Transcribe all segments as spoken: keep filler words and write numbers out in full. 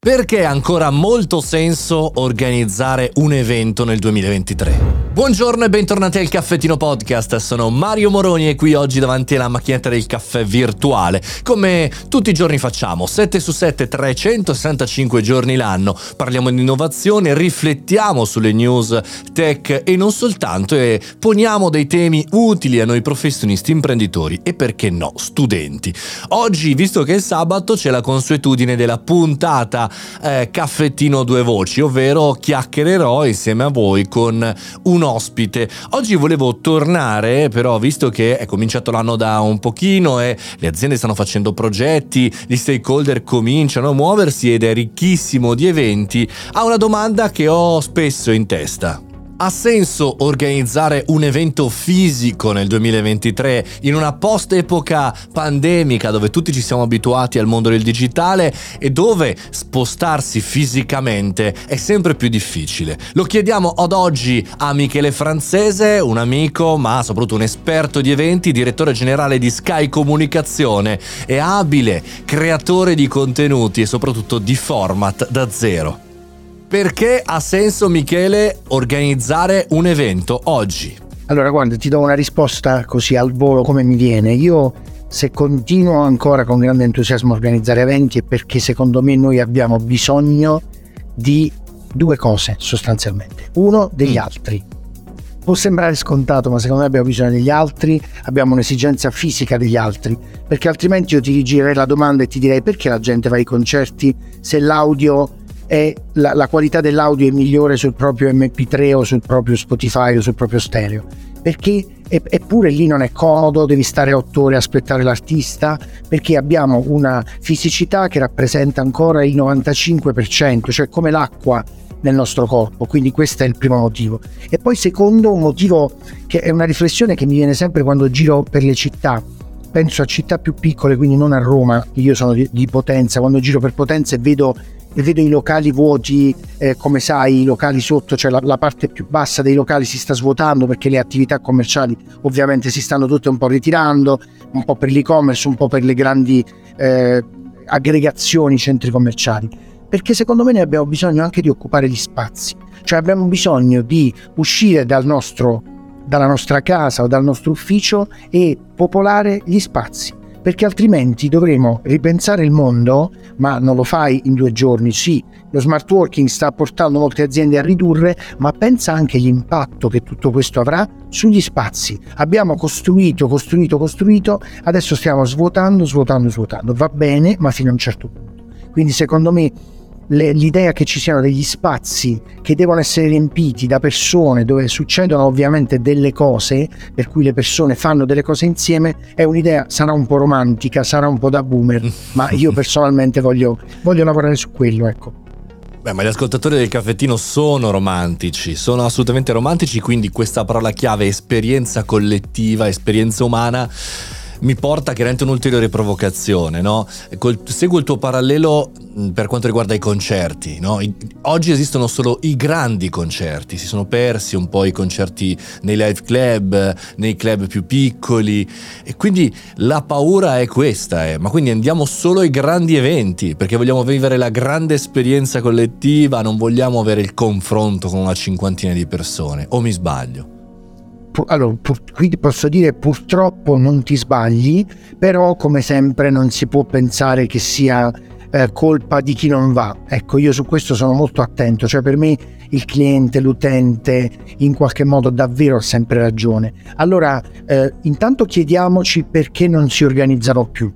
Perché ha ancora molto senso organizzare un evento nel duemilaventitré? Buongiorno e bentornati al Caffettino Podcast, sono Mario Moroni e qui oggi davanti alla macchinetta del caffè virtuale. Come tutti i giorni facciamo, sette su sette, trecentosessantacinque giorni l'anno, parliamo di innovazione, riflettiamo sulle news tech e non soltanto e poniamo dei temi utili a noi professionisti, imprenditori e perché no, studenti. Oggi, visto che è sabato, c'è la consuetudine della puntata eh, Caffettino due voci, ovvero chiacchiererò insieme a voi con un ospite. Oggi volevo tornare, però, visto che è cominciato l'anno da un pochino e le aziende stanno facendo progetti, gli stakeholder cominciano a muoversi ed è ricchissimo di eventi, a una domanda che ho spesso in testa. Ha senso organizzare un evento fisico nel duemilaventitré in una post-epoca pandemica dove tutti ci siamo abituati al mondo del digitale e dove spostarsi fisicamente è sempre più difficile? Lo chiediamo ad oggi a Michele Franzese, un amico ma soprattutto un esperto di eventi, direttore generale di Sky Comunicazione e abile creatore di contenuti e soprattutto di format da zero. Perché ha senso, Michele, organizzare un evento oggi? Allora, guarda, ti do una risposta così al volo come mi viene. Io, se continuo ancora con grande entusiasmo a organizzare eventi, è perché secondo me noi abbiamo bisogno di due cose sostanzialmente. Uno, degli mm. altri. Può sembrare scontato, ma secondo me abbiamo bisogno degli altri, abbiamo un'esigenza fisica degli altri, perché altrimenti io ti rigirerei la domanda e ti direi: perché la gente va ai concerti se l'audio e la, la qualità dell'audio è migliore sul proprio emme pi tre o sul proprio Spotify o sul proprio stereo? Perché eppure lì non è comodo, devi stare otto ore a aspettare l'artista, perché abbiamo una fisicità che rappresenta ancora il novantacinque per cento, cioè come l'acqua nel nostro corpo. Quindi questo è il primo motivo. E poi secondo, un motivo che è una riflessione che mi viene sempre quando giro per le città. Penso a città più piccole, quindi non a Roma, io sono di, di Potenza. Quando giro per Potenza e vedo e vedo i locali vuoti, eh, come sai, i locali sotto, cioè la, la parte più bassa dei locali si sta svuotando perché le attività commerciali ovviamente si stanno tutte un po' ritirando, un po' per l'e-commerce, un po' per le grandi eh, aggregazioni, centri commerciali, perché secondo me noi abbiamo bisogno anche di occupare gli spazi, cioè abbiamo bisogno di uscire dal nostro, dalla nostra casa o dal nostro ufficio e popolare gli spazi. Perché altrimenti dovremo ripensare il mondo, ma non lo fai in due giorni. Sì, lo smart working sta portando molte aziende a ridurre, ma pensa anche all'impatto che tutto questo avrà sugli spazi. Abbiamo costruito, costruito, costruito, adesso stiamo svuotando, svuotando, svuotando. Va bene, ma fino a un certo punto. Quindi secondo me Le, l'idea che ci siano degli spazi che devono essere riempiti da persone, dove succedono ovviamente delle cose, per cui le persone fanno delle cose insieme, è un'idea, sarà un po' romantica, sarà un po' da boomer, ma io personalmente voglio, voglio lavorare su quello, ecco. Beh, ma gli ascoltatori del caffettino sono romantici, sono assolutamente romantici, quindi questa parola chiave, esperienza collettiva, esperienza umana, mi porta chiaramente un'ulteriore provocazione, no? Col, seguo il tuo parallelo per quanto riguarda i concerti, no? I, oggi esistono solo i grandi concerti, si sono persi un po' i concerti nei live club, nei club più piccoli, e quindi la paura è questa, eh. Ma quindi andiamo solo ai grandi eventi perché vogliamo vivere la grande esperienza collettiva, non vogliamo avere il confronto con una cinquantina di persone, o mi sbaglio? Allora, pur, quindi posso dire purtroppo non ti sbagli, però come sempre non si può pensare che sia eh, colpa di chi non va. Ecco, io su questo sono molto attento, cioè per me il cliente, l'utente in qualche modo davvero ha sempre ragione. Allora eh, intanto chiediamoci perché non si organizzano più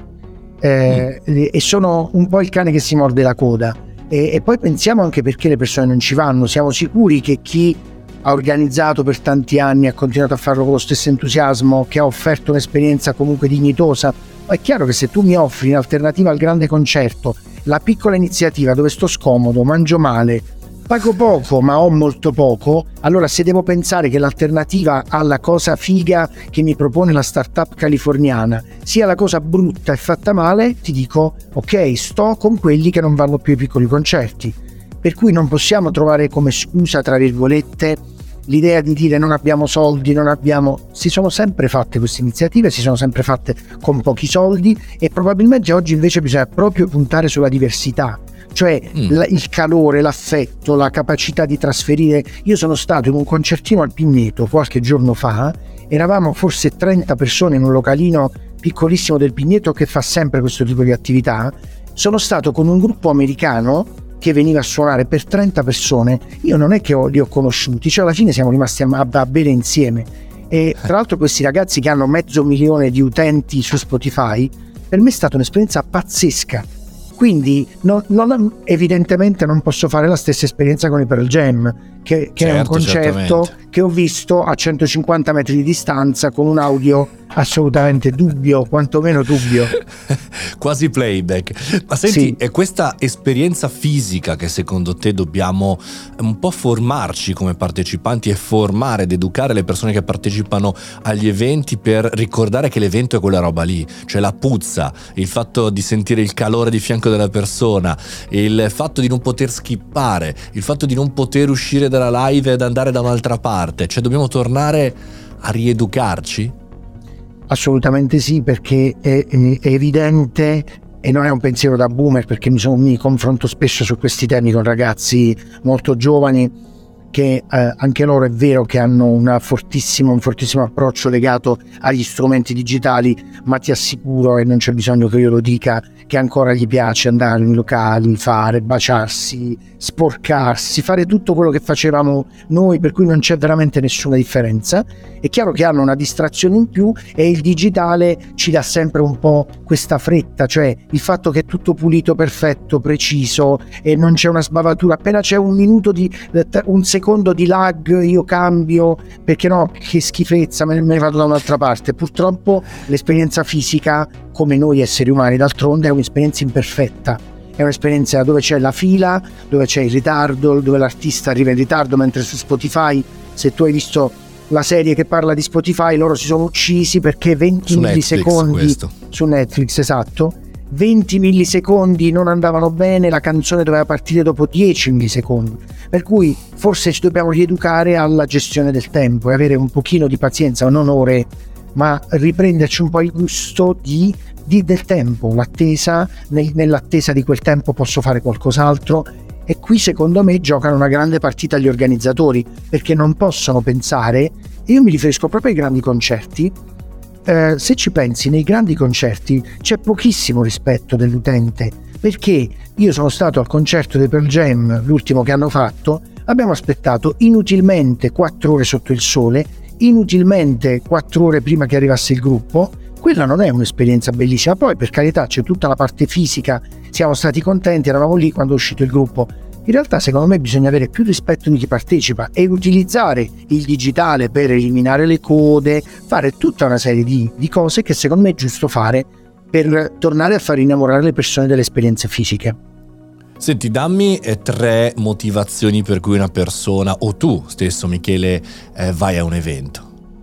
eh, mm. e sono un po' il cane che si morde la coda e, e poi pensiamo anche perché le persone non ci vanno. Siamo sicuri che chi ha organizzato per tanti anni, ha continuato a farlo con lo stesso entusiasmo, che ha offerto un'esperienza comunque dignitosa? È chiaro che se tu mi offri in alternativa al grande concerto la piccola iniziativa dove sto scomodo, mangio male, pago poco ma ho molto poco, allora se devo pensare che l'alternativa alla cosa figa che mi propone la startup californiana sia la cosa brutta e fatta male, ti dico ok, sto con quelli che non vanno più ai piccoli concerti. Per cui non possiamo trovare come scusa, tra virgolette, l'idea di dire non abbiamo soldi, non abbiamo... Si sono sempre fatte queste iniziative, si sono sempre fatte con pochi soldi e probabilmente oggi invece bisogna proprio puntare sulla diversità, cioè Mm. la, il calore, l'affetto, la capacità di trasferire. Io sono stato in un concertino al Pigneto qualche giorno fa, eravamo forse trenta persone in un localino piccolissimo del Pigneto che fa sempre questo tipo di attività. Sono stato con un gruppo americano che veniva a suonare per trenta persone. Io non è che ho, li ho conosciuti, cioè alla fine siamo rimasti a, a bere insieme. E tra l'altro questi ragazzi che hanno mezzo milione di utenti su Spotify, per me è stata un'esperienza pazzesca. Quindi non, non, evidentemente non posso fare la stessa esperienza con i Pearl Jam, che, che Certo, è un concerto certamente. che ho visto a centocinquanta metri di distanza con un audio assolutamente dubbio, quantomeno dubbio. Quasi playback. Ma senti, Sì. è questa esperienza fisica che secondo te dobbiamo un po' formarci come partecipanti e formare ed educare le persone che partecipano agli eventi per ricordare che l'evento è quella roba lì, cioè la puzza, il fatto di sentire il calore di fianco della persona, il fatto di non poter skippare, il fatto di non poter uscire dalla live ed andare da un'altra parte, cioè dobbiamo tornare a rieducarci? Assolutamente sì, perché è, è evidente, e non è un pensiero da boomer, perché mi, sono, mi confronto spesso su questi temi con ragazzi molto giovani che eh, anche loro è vero che hanno una fortissimo, un fortissimo approccio legato agli strumenti digitali, ma ti assicuro, e non c'è bisogno che io lo dica, che ancora gli piace andare in locali, fare, baciarsi, sporcarsi, fare tutto quello che facevamo noi, per cui non c'è veramente nessuna differenza. È chiaro che hanno una distrazione in più e il digitale ci dà sempre un po' questa fretta, cioè il fatto che è tutto pulito, perfetto, preciso e non c'è una sbavatura, appena c'è un minuto di un secondo di lag io cambio, perché no, che schifezza, me ne vado da un'altra parte. Purtroppo l'esperienza fisica, come noi esseri umani d'altronde, è un'esperienza imperfetta, è un'esperienza dove c'è la fila, dove c'è il ritardo, dove l'artista arriva in ritardo, mentre su Spotify, se tu hai visto la serie che parla di Spotify, loro si sono uccisi perché venti Su millisecondi Netflix, questo. su Netflix, esatto, venti millisecondi non andavano bene, la canzone doveva partire dopo dieci millisecondi, per cui forse ci dobbiamo rieducare alla gestione del tempo e avere un pochino di pazienza, non ore, ma riprenderci un po' il gusto di, di del tempo, l'attesa, nel, nell'attesa di quel tempo posso fare qualcos'altro. E qui secondo me giocano una grande partita gli organizzatori, perché non possono pensare, e io mi riferisco proprio ai grandi concerti, eh, se ci pensi nei grandi concerti c'è pochissimo rispetto dell'utente, perché io sono stato al concerto dei Pearl Jam, l'ultimo che hanno fatto, abbiamo aspettato inutilmente quattro ore sotto il sole, inutilmente quattro ore prima che arrivasse il gruppo. Quella non è un'esperienza bellissima. Poi per carità c'è tutta la parte fisica, siamo stati contenti, eravamo lì quando è uscito il gruppo. In realtà secondo me bisogna avere più rispetto di chi partecipa e utilizzare il digitale per eliminare le code, fare tutta una serie di, di cose che secondo me è giusto fare per tornare a far innamorare le persone delle esperienze fisiche. Senti, dammi eh, tre motivazioni per cui una persona, o tu stesso Michele, eh, vai a un evento.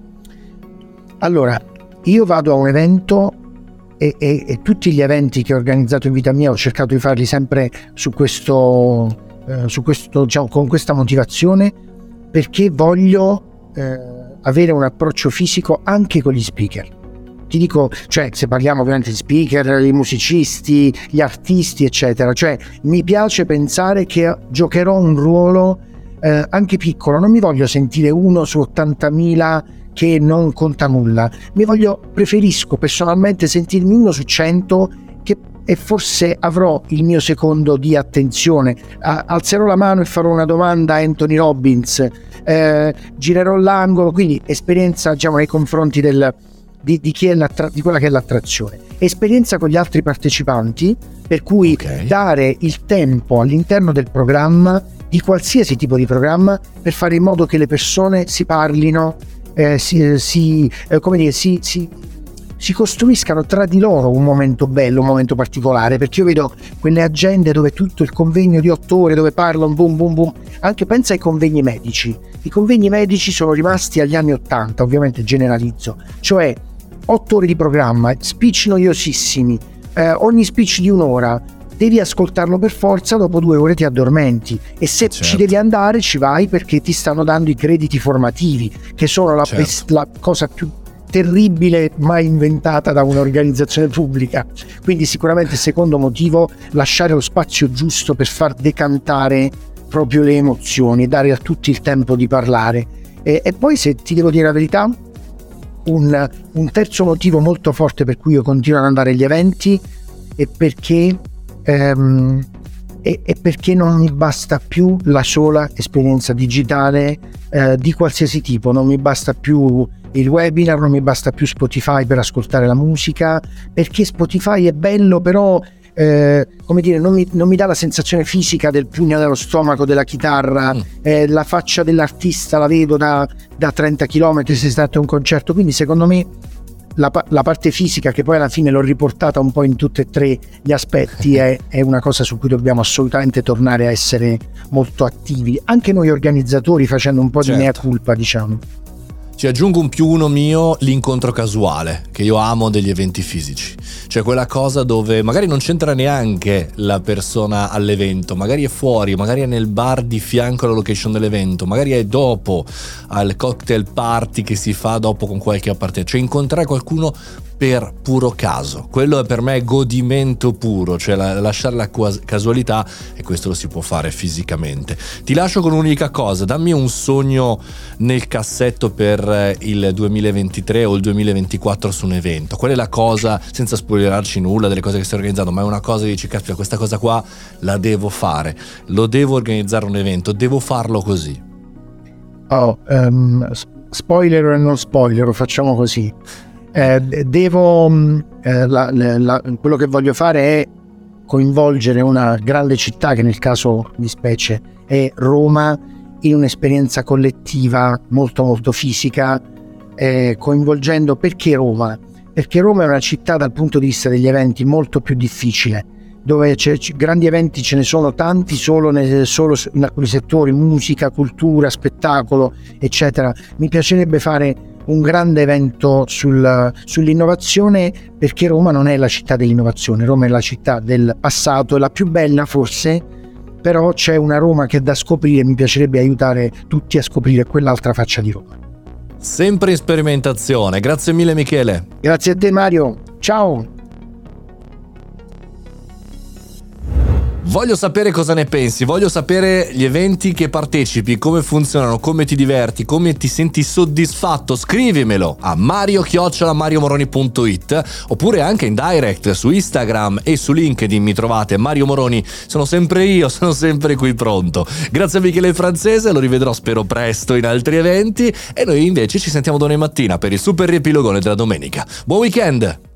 Allora, io vado a un evento e, e, e tutti gli eventi che ho organizzato in vita mia ho cercato di farli sempre su questo, eh, su questo diciamo, con questa motivazione, perché voglio eh, avere un approccio fisico anche con gli speaker. Ti dico, cioè, se parliamo ovviamente di speaker, i musicisti, gli artisti, eccetera, cioè mi piace pensare che giocherò un ruolo eh, anche piccolo, non mi voglio sentire uno su ottantamila che non conta nulla, mi voglio, preferisco personalmente sentirmi uno su cento che, e forse avrò il mio secondo di attenzione, a, alzerò la mano e farò una domanda a Anthony Robbins, eh, girerò l'angolo, quindi esperienza diciamo nei confronti del, di, di, chi è di quella che è l'attrazione, esperienza con gli altri partecipanti, per cui okay. dare il tempo all'interno del programma, di qualsiasi tipo di programma, per fare in modo che le persone si parlino, Eh, si, si, eh, come dire, si, si, si costruiscano tra di loro un momento bello, un momento particolare, perché io vedo quelle agende dove tutto il convegno di otto ore dove parlano boom boom boom, anche pensa ai convegni medici. I convegni medici sono rimasti agli anni ottanta, ovviamente generalizzo, cioè otto ore di programma, speech noiosissimi, eh, ogni speech di un'ora, devi ascoltarlo per forza, dopo due ore ti addormenti, e se certo. ci devi andare ci vai perché ti stanno dando i crediti formativi, che sono la, certo. la cosa più terribile mai inventata da un'organizzazione pubblica. Quindi sicuramente secondo motivo, lasciare lo spazio giusto per far decantare proprio le emozioni, dare a tutti il tempo di parlare. E, e poi, se ti devo dire la verità, un, un terzo motivo molto forte per cui io continuo ad andare agli eventi è perché ehm, è, è perché non mi basta più la sola esperienza digitale eh, di qualsiasi tipo. Non mi basta più il webinar, non mi basta più Spotify per ascoltare la musica, perché Spotify è bello, però eh, come dire, non mi, non mi dà la sensazione fisica del pugno nello stomaco della chitarra, mm. eh, la faccia dell'artista la vedo da, da trenta chilometri se si tratta di un concerto. Quindi secondo me la, la parte fisica, che poi alla fine l'ho riportata un po' in tutti e tre gli aspetti, è, è una cosa su cui dobbiamo assolutamente tornare a essere molto attivi, anche noi organizzatori, facendo un po' certo. di mea culpa, diciamo. Ci aggiungo un più uno mio, l'incontro casuale, che io amo degli eventi fisici. Cioè quella cosa dove magari non c'entra neanche la persona all'evento, magari è fuori, magari è nel bar di fianco alla location dell'evento, magari è dopo, al cocktail party che si fa dopo con qualche appartenente. Cioè incontrare qualcuno per puro caso, quello è per me godimento puro, cioè la, lasciare la casualità, e questo lo si può fare fisicamente. Ti lascio con un'unica cosa: dammi un sogno nel cassetto per il duemilaventitré o il duemilaventiquattro su un evento. Qual è la cosa, senza spoilerarci nulla delle cose che stai organizzando, ma è una cosa che dici, caspita, questa cosa qua la devo fare, lo devo organizzare un evento, devo farlo così. Oh, um, spoiler o non spoiler, facciamo così. Eh, devo eh, la, la, quello che voglio fare è coinvolgere una grande città, che nel caso di specie è Roma, in un'esperienza collettiva molto molto fisica, eh, coinvolgendo. Perché Roma? Perché Roma è una città dal punto di vista degli eventi molto più difficile, dove c'è, c'è, grandi eventi ce ne sono tanti solo, ne, solo in alcuni settori, musica, cultura, spettacolo, eccetera. Mi piacerebbe fare un grande evento sul, sull'innovazione, perché Roma non è la città dell'innovazione, Roma è la città del passato, è la più bella forse, però c'è una Roma che è da scoprire. Mi piacerebbe aiutare tutti a scoprire quell'altra faccia di Roma. Sempre in sperimentazione. Grazie mille Michele. Grazie a te Mario, ciao. Voglio sapere cosa ne pensi, voglio sapere gli eventi che partecipi, come funzionano, come ti diverti, come ti senti soddisfatto. Scrivimelo a mario chiocciola mariomoroni punto it, oppure anche in direct su Instagram e su LinkedIn mi trovate Mario Moroni. Sono sempre io, sono sempre qui pronto. Grazie a Michele Francese, lo rivedrò spero presto in altri eventi, e noi invece ci sentiamo domani mattina per il super riepilogone della domenica. Buon weekend!